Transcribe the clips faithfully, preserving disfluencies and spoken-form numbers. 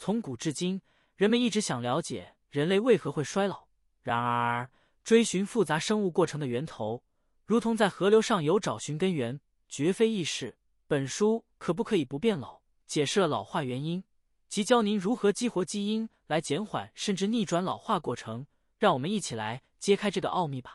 从古至今，人们一直想了解人类为何会衰老。然而，追寻复杂生物过程的源头，如同在河流上游找寻根源，绝非易事。本书可不可以不变老，解释了老化原因，即教您如何激活基因来减缓甚至逆转老化过程。让我们一起来揭开这个奥秘吧。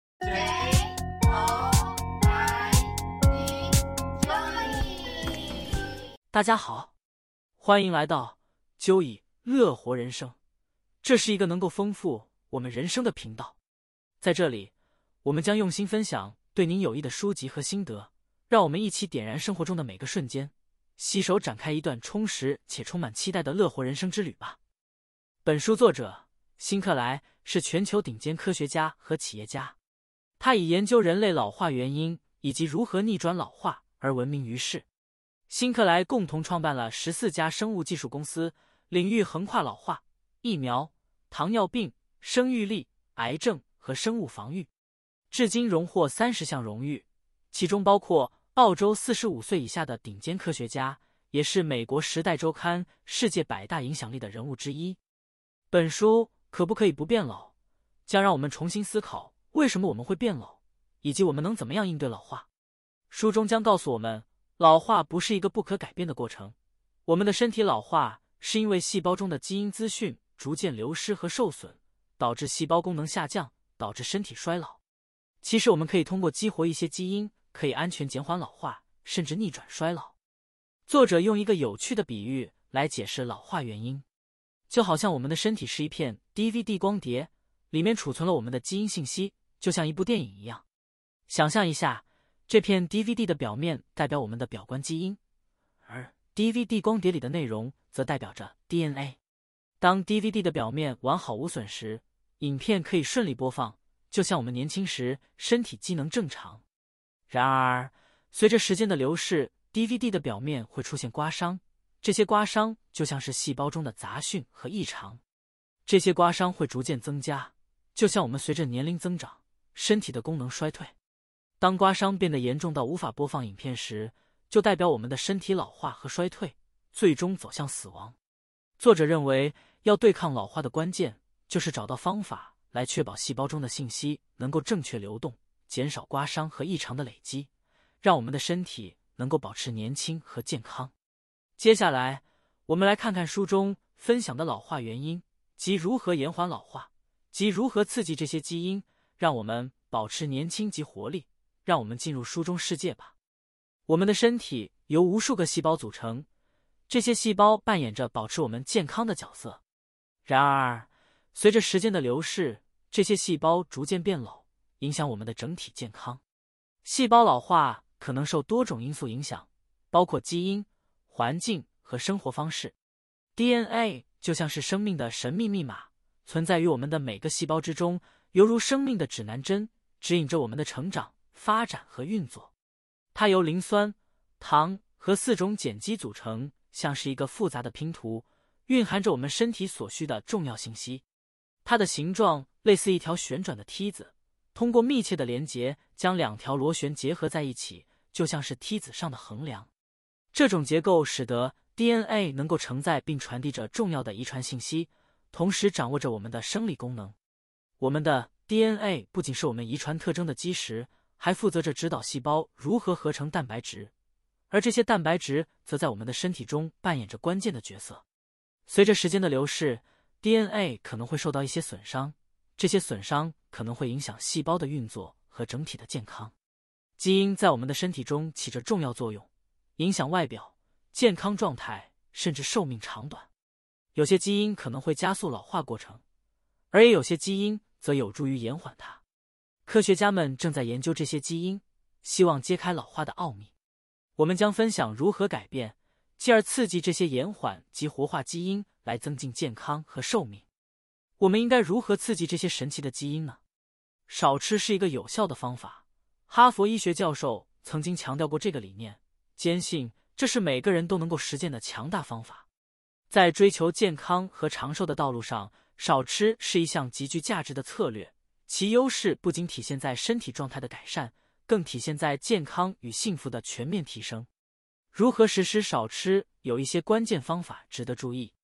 大家好，欢迎来到啾以乐活人生，这是一个能够丰富我们人生的频道。在这里，我们将用心分享对您有益的书籍和心得，让我们一起点燃生活中的每个瞬间，携手展开一段充实且充满期待的乐活人生之旅吧。本书作者辛克莱是全球顶尖科学家和企业家，他以研究人类老化原因以及如何逆转老化而闻名于世。辛克莱共同创办了十四家生物技术公司，领域横跨老化、疫苗、糖尿病、生育力、癌症和生物防御，至今荣获三十项荣誉，其中包括澳洲四十五岁以下的顶尖科学家，也是美国《时代周刊》世界百大影响力的人物之一。本书可不可以不变老，将让我们重新思考为什么我们会变老，以及我们能怎么样应对老化。书中将告诉我们，老化不是一个不可改变的过程，我们的身体老化是因为细胞中的基因资讯逐渐流失和受损，导致细胞功能下降，导致身体衰老。其实我们可以通过激活一些基因，可以安全减缓老化，甚至逆转衰老。作者用一个有趣的比喻来解释老化原因，就好像我们的身体是一片 D V D 光碟，里面储存了我们的基因信息，就像一部电影一样。想象一下，这片 D V D 的表面代表我们的表观基因，而 D V D 光碟里的内容则代表着 D N A。 当 D V D 的表面完好无损时，影片可以顺利播放，就像我们年轻时身体机能正常。然而，随着时间的流逝， D V D 的表面会出现刮伤，这些刮伤就像是细胞中的杂讯和异常，这些刮伤会逐渐增加，就像我们随着年龄增长，身体的功能衰退。当刮伤变得严重到无法播放影片时，就代表我们的身体老化和衰退，最终走向死亡。作者认为，要对抗老化的关键就是找到方法来确保细胞中的信息能够正确流动，减少刮伤和异常的累积，让我们的身体能够保持年轻和健康。接下来，我们来看看书中分享的老化原因，即如何延缓老化，即如何刺激这些基因，让我们保持年轻及活力。让我们进入书中世界吧。我们的身体由无数个细胞组成，这些细胞扮演着保持我们健康的角色。然而，随着时间的流逝，这些细胞逐渐变老，影响我们的整体健康。细胞老化可能受多种因素影响，包括基因、环境和生活方式。D N A 就像是生命的神秘密码，存在于我们的每个细胞之中，犹如生命的指南针，指引着我们的成长、发展和运作。它由磷酸、糖和四种碱基组成，像是一个复杂的拼图，蕴含着我们身体所需的重要信息。它的形状类似一条旋转的梯子，通过密切的连结将两条螺旋结合在一起，就像是梯子上的横梁。这种结构使得 D N A 能够承载并传递着重要的遗传信息，同时掌握着我们的生理功能。我们的 D N A 不仅是我们遗传特征的基石，还负责着指导细胞如何合成蛋白质，而这些蛋白质则在我们的身体中扮演着关键的角色。随着时间的流逝， D N A 可能会受到一些损伤，这些损伤可能会影响细胞的运作和整体的健康。基因在我们的身体中起着重要作用，影响外表、健康状态，甚至寿命长短。有些基因可能会加速老化过程，而也有些基因则有助于延缓它。科学家们正在研究这些基因，希望揭开老化的奥秘。我们将分享如何改变，继而刺激这些延缓及活化基因来增进健康和寿命。我们应该如何刺激这些神奇的基因呢？少吃是一个有效的方法。哈佛医学教授曾经强调过这个理念，坚信这是每个人都能够实践的强大方法。在追求健康和长寿的道路上，少吃是一项极具价值的策略。其优势不仅体现在身体状态的改善，更体现在健康与幸福的全面提升。如何实施少吃，有一些关键方法值得注意。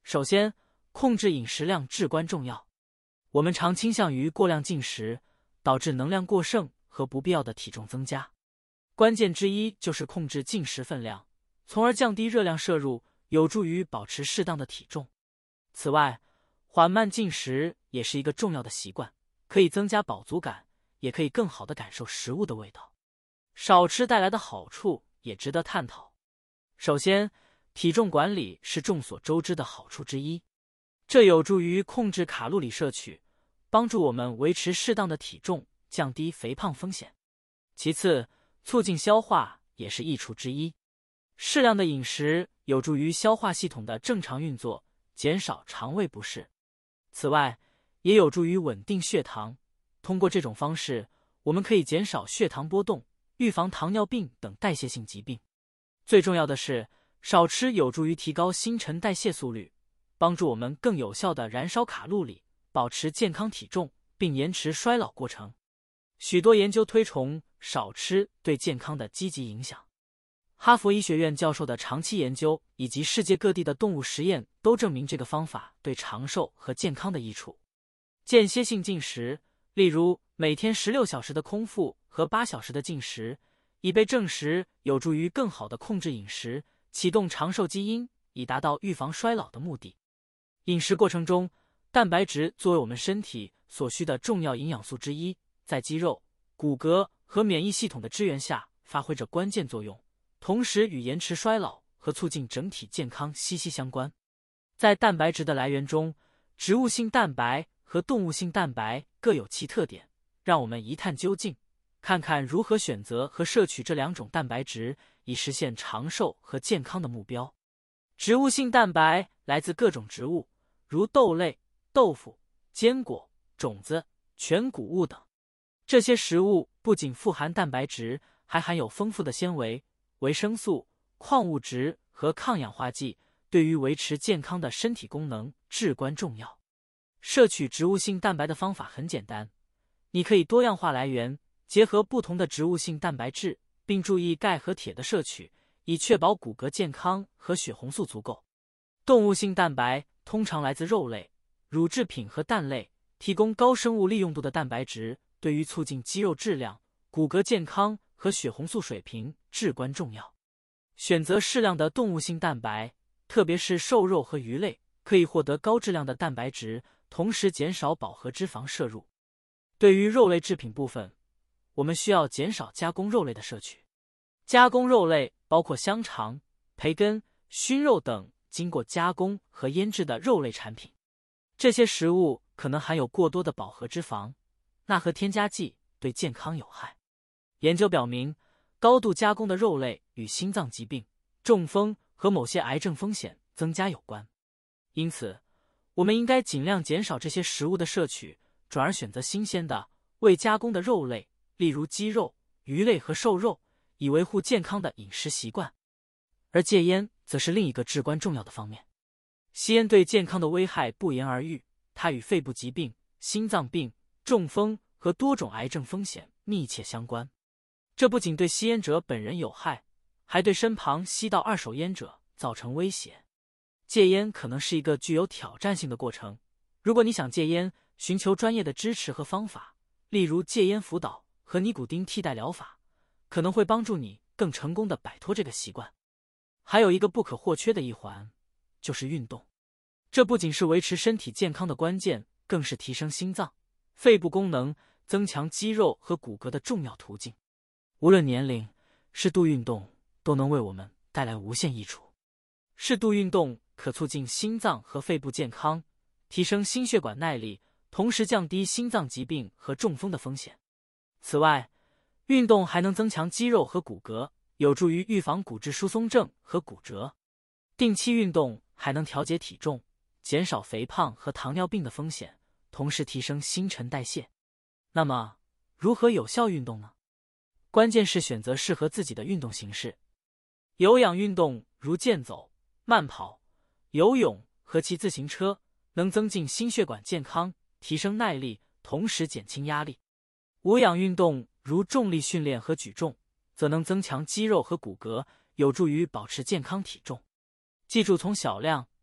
首先，控制饮食量至关重要。我们常倾向于过量进食，导致能量过剩和不必要的体重增加。关键之一就是控制进食分量，从而降低热量摄入，有助于保持适当的体重。此外，缓慢进食也是一个重要的习惯，可以增加饱足感，也可以更好地感受食物的味道。少吃带来的好处也值得探讨。首先，体重管理是众所周知的好处之一，这有助于控制卡路里摄取，帮助我们维持适当的体重，降低肥胖风险。其次，促进消化也是益处之一。适量的饮食有助于消化系统的正常运作，减少肠胃不适。此外，也有助于稳定血糖。通过这种方式，我们可以减少血糖波动，预防糖尿病等代谢性疾病。最重要的是，少吃有助于提高新陈代谢速率，帮助我们更有效地燃烧卡路里，保持健康体重，并延迟衰老过程。许多研究推崇少吃对健康的积极影响。哈佛医学院教授的长期研究以及世界各地的动物实验都证明这个方法对长寿和健康的益处。间歇性进食，例如每天十六小时的空腹和八小时的进食，已被证实有助于更好地控制饮食，启动长寿基因，以达到预防衰老的目的。饮食过程中，蛋白质作为我们身体所需的重要营养素之一，在肌肉、骨骼和免疫系统的支援下发挥着关键作用，同时与延迟衰老和促进整体健康息息相关。在蛋白质的来源中，植物性蛋白和动物性蛋白各有其特点，让我们一探究竟，看看如何选择和摄取这两种蛋白质，以实现长寿和健康的目标。植物性蛋白来自各种植物，如豆类、豆腐、坚果、种子、全谷物等。这些食物不仅富含蛋白质，还含有丰富的纤维、维生素、矿物质和抗氧化剂，对于维持健康的身体功能至关重要。摄取植物性蛋白的方法很简单，你可以多样化来源，结合不同的植物性蛋白质，并注意钙和铁的摄取，以确保骨骼健康和血红素足够。动物性蛋白通常来自肉类、乳制品和蛋类，提供高生物利用度的蛋白质，对于促进肌肉质量、骨骼健康和血红素水平至关重要。选择适量的动物性蛋白，特别是瘦肉和鱼类，可以获得高质量的蛋白质，同时减少饱和脂肪摄入。对于肉类制品部分，我们需要减少加工肉类的摄取。加工肉类包括香肠、培根、熏肉等经过加工和腌制的肉类产品。这些食物可能含有过多的饱和脂肪、钠和添加剂，对健康有害。研究表明，高度加工的肉类与心脏疾病、中风和某些癌症风险增加有关。因此，我们应该尽量减少这些食物的摄取，转而选择新鲜的、未加工的肉类，例如鸡肉、鱼类和瘦肉，以维护健康的饮食习惯。而戒烟则是另一个至关重要的方面。吸烟对健康的危害不言而喻，它与肺部疾病、心脏病、中风和多种癌症风险密切相关。这不仅对吸烟者本人有害，还对身旁吸到二手烟者造成威胁。戒烟可能是一个具有挑战性的过程。如果你想戒烟，寻求专业的支持和方法，例如戒烟辅导和尼古丁替代疗法，可能会帮助你更成功地摆脱这个习惯。还有一个不可或缺的一环，就是运动。这不仅是维持身体健康的关键，更是提升心脏、肺部功能、增强肌肉和骨骼的重要途径。无论年龄，适度运动都能为我们带来无限益处。适度运动可促进心脏和肺部健康，提升心血管耐力，同时降低心脏疾病和中风的风险。此外，运动还能增强肌肉和骨骼，有助于预防骨质疏松症和骨折。定期运动还能调节体重，减少肥胖和糖尿病的风险，同时提升新陈代谢。那么，如何有效运动呢？关键是选择适合自己的运动形式。有氧运动如健走、慢跑、游泳和骑自行车能增进心血管健康，提升耐力，同时减轻压力。无氧运动如重力训练和举重则能增强肌肉和骨骼，有助于保持健康体重。记住从小量、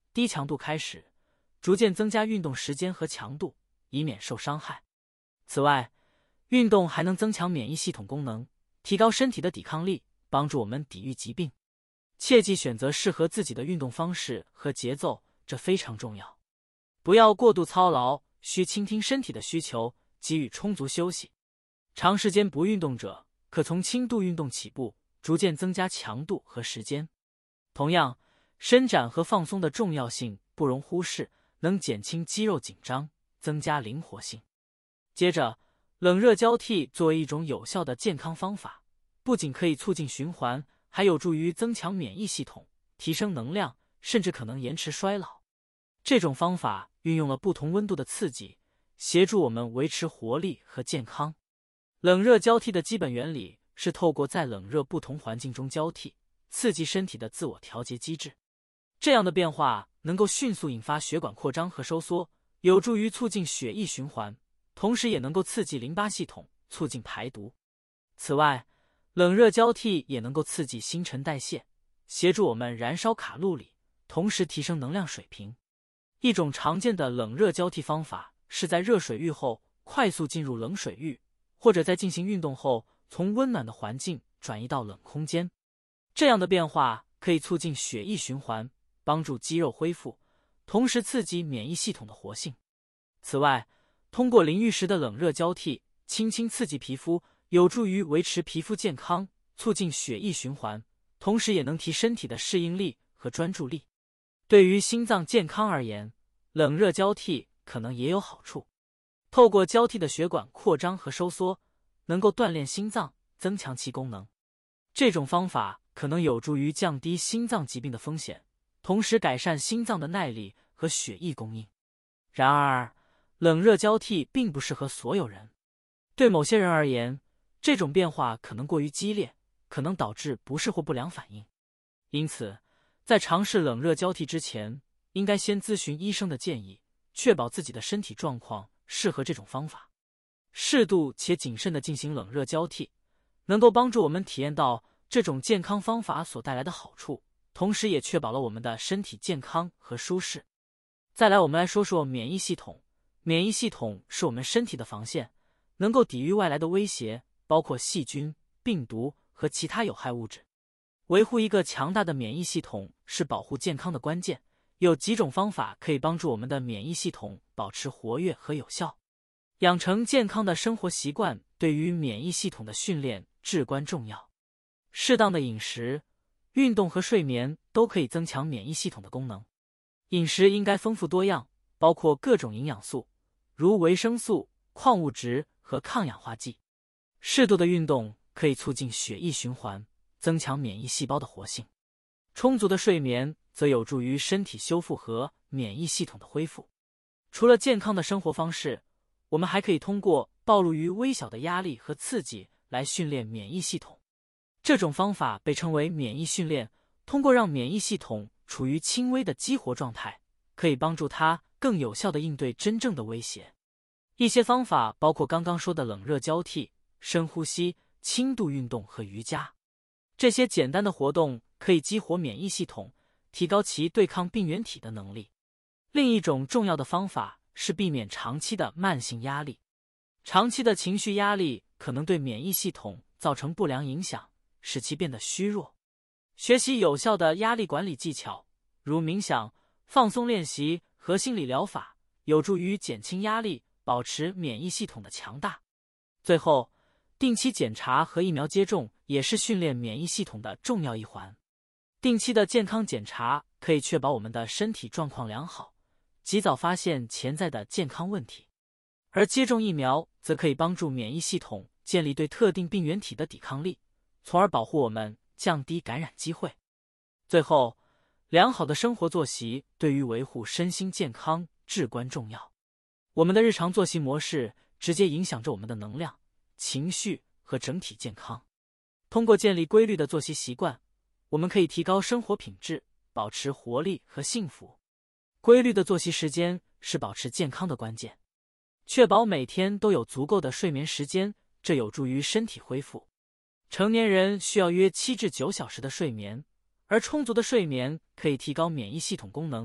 低强度开始，逐渐增加运动时间和强度，以免受伤害。此外，运动还能增强免疫系统功能，提高身体的抵抗力，帮助我们抵御疾病。切忌选择适合自己的运动方式和节奏，这非常重要。不要过度操劳，需倾听身体的需求，给予充足休息。长时间不运动者，可从轻度运动起步，逐渐增加强度和时间。同样，伸展和放松的重要性不容忽视，能减轻肌肉紧张，增加灵活性。接着，冷热交替作为一种有效的健康方法，不仅可以促进循环，还有助于增强免疫系统，提升能量，甚至可能延迟衰老。这种方法运用了不同温度的刺激，协助我们维持活力和健康。冷热交替的基本原理是透过在冷热不同环境中交替，刺激身体的自我调节机制。这样的变化能够迅速引发血管扩张和收缩，有助于促进血液循环，同时也能够刺激淋巴系统，促进排毒。此外，冷热交替也能够刺激新陈代谢，协助我们燃烧卡路里，同时提升能量水平。一种常见的冷热交替方法是在热水浴后快速进入冷水浴，或者在进行运动后从温暖的环境转移到冷空间。这样的变化可以促进血液循环，帮助肌肉恢复，同时刺激免疫系统的活性。此外，通过淋浴时的冷热交替，轻轻刺激皮肤，有助于维持皮肤健康，促进血液循环，同时也能提身体的适应力和专注力。对于心脏健康而言，冷热交替可能也有好处。透过交替的血管扩张和收缩，能够锻炼心脏，增强其功能。这种方法可能有助于降低心脏疾病的风险，同时改善心脏的耐力和血液供应。然而，冷热交替并不适合所有人。对某些人而言，这种变化可能过于激烈，可能导致不适或不良反应。因此，在尝试冷热交替之前，应该先咨询医生的建议，确保自己的身体状况适合这种方法。适度且谨慎地进行冷热交替，能够帮助我们体验到这种健康方法所带来的好处，同时也确保了我们的身体健康和舒适。再来，我们来说说免疫系统。免疫系统是我们身体的防线，能够抵御外来的威胁，包括细菌、病毒和其他有害物质。维护一个强大的免疫系统是保护健康的关键，有几种方法可以帮助我们的免疫系统保持活跃和有效。养成健康的生活习惯对于免疫系统的训练至关重要。适当的饮食、运动和睡眠都可以增强免疫系统的功能。饮食应该丰富多样，包括各种营养素，如维生素、矿物质和抗氧化剂。适度的运动可以促进血液循环，增强免疫细胞的活性。充足的睡眠则有助于身体修复和免疫系统的恢复。除了健康的生活方式，我们还可以通过暴露于微小的压力和刺激来训练免疫系统。这种方法被称为免疫训练，通过让免疫系统处于轻微的激活状态，可以帮助它更有效地应对真正的威胁。一些方法包括刚刚说的冷热交替、深呼吸、轻度运动和瑜伽。这些简单的活动可以激活免疫系统，提高其对抗病原体的能力。另一种重要的方法是避免长期的慢性压力。长期的情绪压力可能对免疫系统造成不良影响，使其变得虚弱。学习有效的压力管理技巧，如冥想、放松练习和心理疗法，有助于减轻压力，保持免疫系统的强大。最后，定期检查和疫苗接种也是训练免疫系统的重要一环。定期的健康检查可以确保我们的身体状况良好，及早发现潜在的健康问题。而接种疫苗则可以帮助免疫系统建立对特定病原体的抵抗力，从而保护我们降低感染机会。最后，良好的生活作息对于维护身心健康至关重要。我们的日常作息模式直接影响着我们的能量、情绪和整体健康。通过建立规律的作息习惯，我们可以提高生活品质，保持活力和幸福。规律的作息时间是保持健康的关键。确保每天都有足够的睡眠时间，这有助于身体恢复。成年人需要约七至九小时的睡眠，而充足的睡眠可以提高免疫系统功能，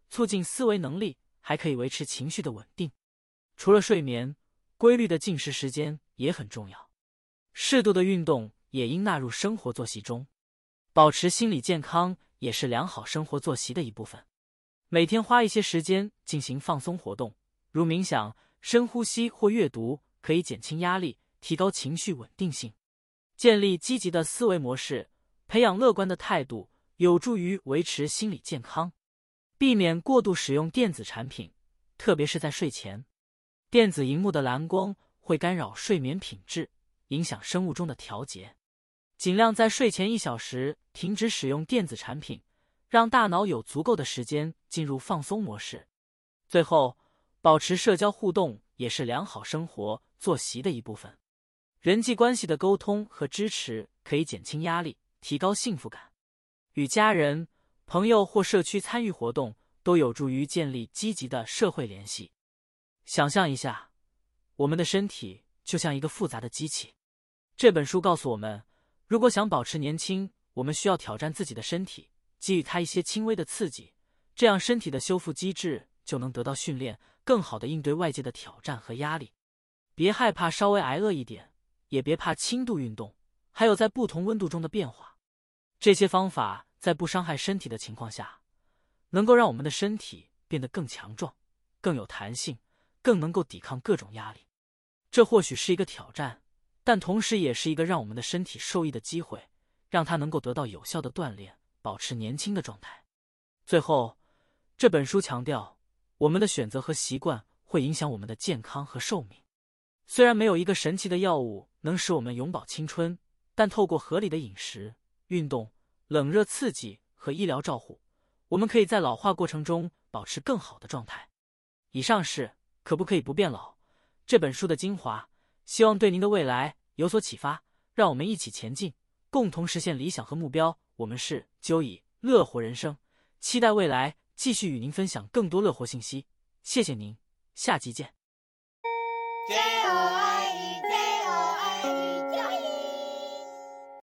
促进思维能力，还可以维持情绪的稳定。除了睡眠，规律的进食时间也很重要，适度的运动也应纳入生活作息中。保持心理健康也是良好生活作息的一部分。每天花一些时间进行放松活动，如冥想、深呼吸或阅读，可以减轻压力，提高情绪稳定性。建立积极的思维模式，培养乐观的态度，有助于维持心理健康。避免过度使用电子产品，特别是在睡前。电子荧幕的蓝光会干扰睡眠品质，影响生物钟的调节。尽量在睡前一小时停止使用电子产品，让大脑有足够的时间进入放松模式。最后，保持社交互动也是良好生活作息的一部分。人际关系的沟通和支持可以减轻压力，提高幸福感。与家人、朋友或社区参与活动，都有助于建立积极的社会联系。想象一下，我们的身体就像一个复杂的机器。这本书告诉我们，如果想保持年轻，我们需要挑战自己的身体，给予它一些轻微的刺激，这样身体的修复机制就能得到训练，更好地应对外界的挑战和压力。别害怕稍微挨饿一点，也别怕轻度运动，还有在不同温度中的变化。这些方法在不伤害身体的情况下，能够让我们的身体变得更强壮、更有弹性，更能够抵抗各种压力。这或许是一个挑战，但同时也是一个让我们的身体受益的机会，让它能够得到有效的锻炼，保持年轻的状态。最后，这本书强调，我们的选择和习惯会影响我们的健康和寿命。虽然没有一个神奇的药物能使我们永葆青春，但透过合理的饮食、运动、冷热刺激和医疗照护，我们可以在老化过程中保持更好的状态。以上是可不可以不变老这本书的精华，希望对您的未来有所启发。让我们一起前进，共同实现理想和目标。我们是Joey乐活人生，期待未来继续与您分享更多乐活信息。谢谢您，下集见。加油！